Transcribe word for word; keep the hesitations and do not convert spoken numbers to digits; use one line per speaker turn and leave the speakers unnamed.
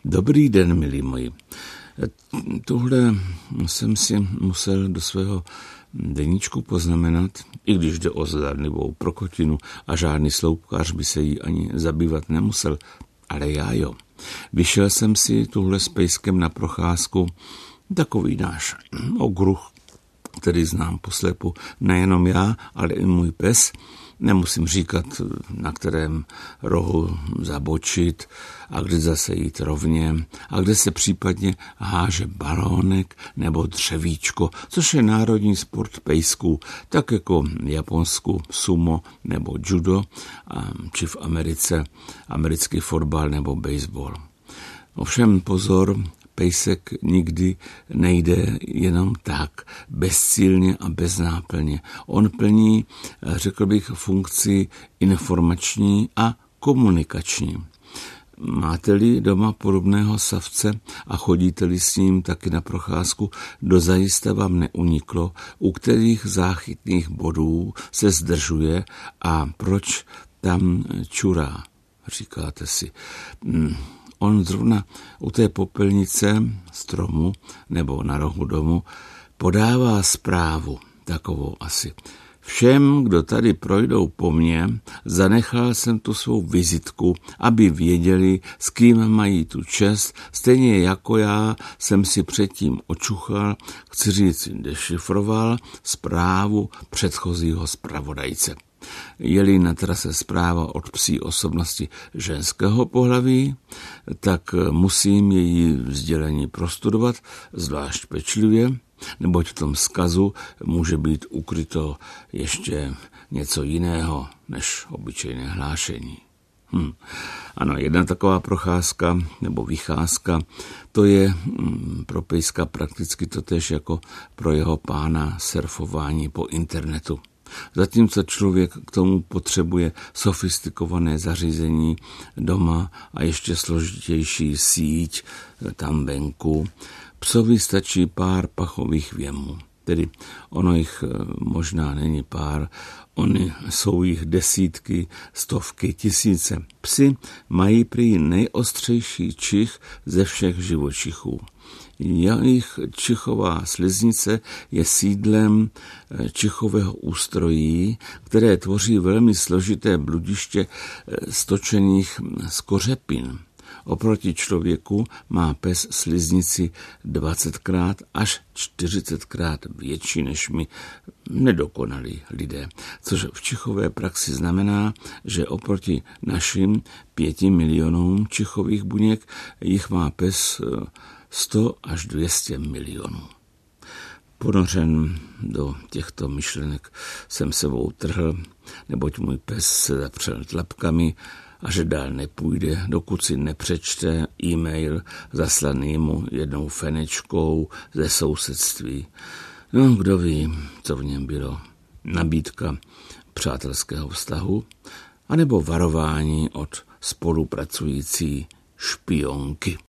Dobrý den, milí moji. Tohle jsem si musel do svého deníčku poznamenat, i když jde o zdánlivou prokotinu a žádný sloupkář by se jí ani zabývat nemusel, ale já jo. Vyšel jsem si tuhle s pejskem na procházku, takový náš okruh, který znám poslepu nejenom já, ale i můj pes. Nemusím říkat, na kterém rohu zabočit a kde zase jít rovně a kde se případně háže balónek nebo dřevíčko, což je národní sport pejsků, tak jako v Japonsku sumo nebo judo, či v Americe americký fotbal nebo baseball. Ovšem pozor, pejsek nikdy nejde jenom tak, bezcílně a beznáplně. On plní, řekl bych, funkci informační a komunikační. Máte-li doma podobného savce a chodíte-li s ním taky na procházku, dozajista vám neuniklo, u kterých záchytných bodů se zdržuje a proč tam čurá, říkáte si. Hmm. On zrovna u té popelnice stromu nebo na rohu domu podává zprávu, takovou asi. Všem, kdo tady projdou po mně, zanechal jsem tu svou vizitku, aby věděli, s kým mají tu čest, stejně jako já jsem si předtím očuchal, chci říct, dešifroval zprávu předchozího zpravodajce. Je-li na trase zpráva od psí osobnosti ženského pohlaví, tak musím její sdělení prostudovat zvlášť pečlivě, neboť v tom vzkazu může být ukryto ještě něco jiného než obyčejné hlášení. Hm. Ano, jedna taková procházka nebo vycházka, to je hm, pro pejska prakticky totéž jako pro jeho pána surfování po internetu. Zatímco člověk k tomu potřebuje sofistikované zařízení doma a ještě složitější síť tam venku, psovi stačí pár pachových věmů. Tedy ono jich možná není pár, oni jsou jich desítky, stovky, tisíce. Psi mají prý nejostřejší čich ze všech živočichů. Jejich čichová sliznice je sídlem čichového ústrojí, které tvoří velmi složité bludiště stočených z kořepin. Oproti člověku má pes sliznici dvacetkrát až čtyřicetkrát větší než my nedokonalí lidé, což v čichové praxi znamená, že oproti našim pěti milionům čichových buněk jich má pes sto až dvě stě milionů. Ponořen do těchto myšlenek jsem sebou trhl, neboť můj pes se zapřel tlapkami a že dál nepůjde, dokud si nepřečte e-mail zaslaný mu jednou fenečkou ze sousedství. No, kdo ví, co v něm bylo. Nabídka přátelského vztahu, anebo varování od spolupracující špionky.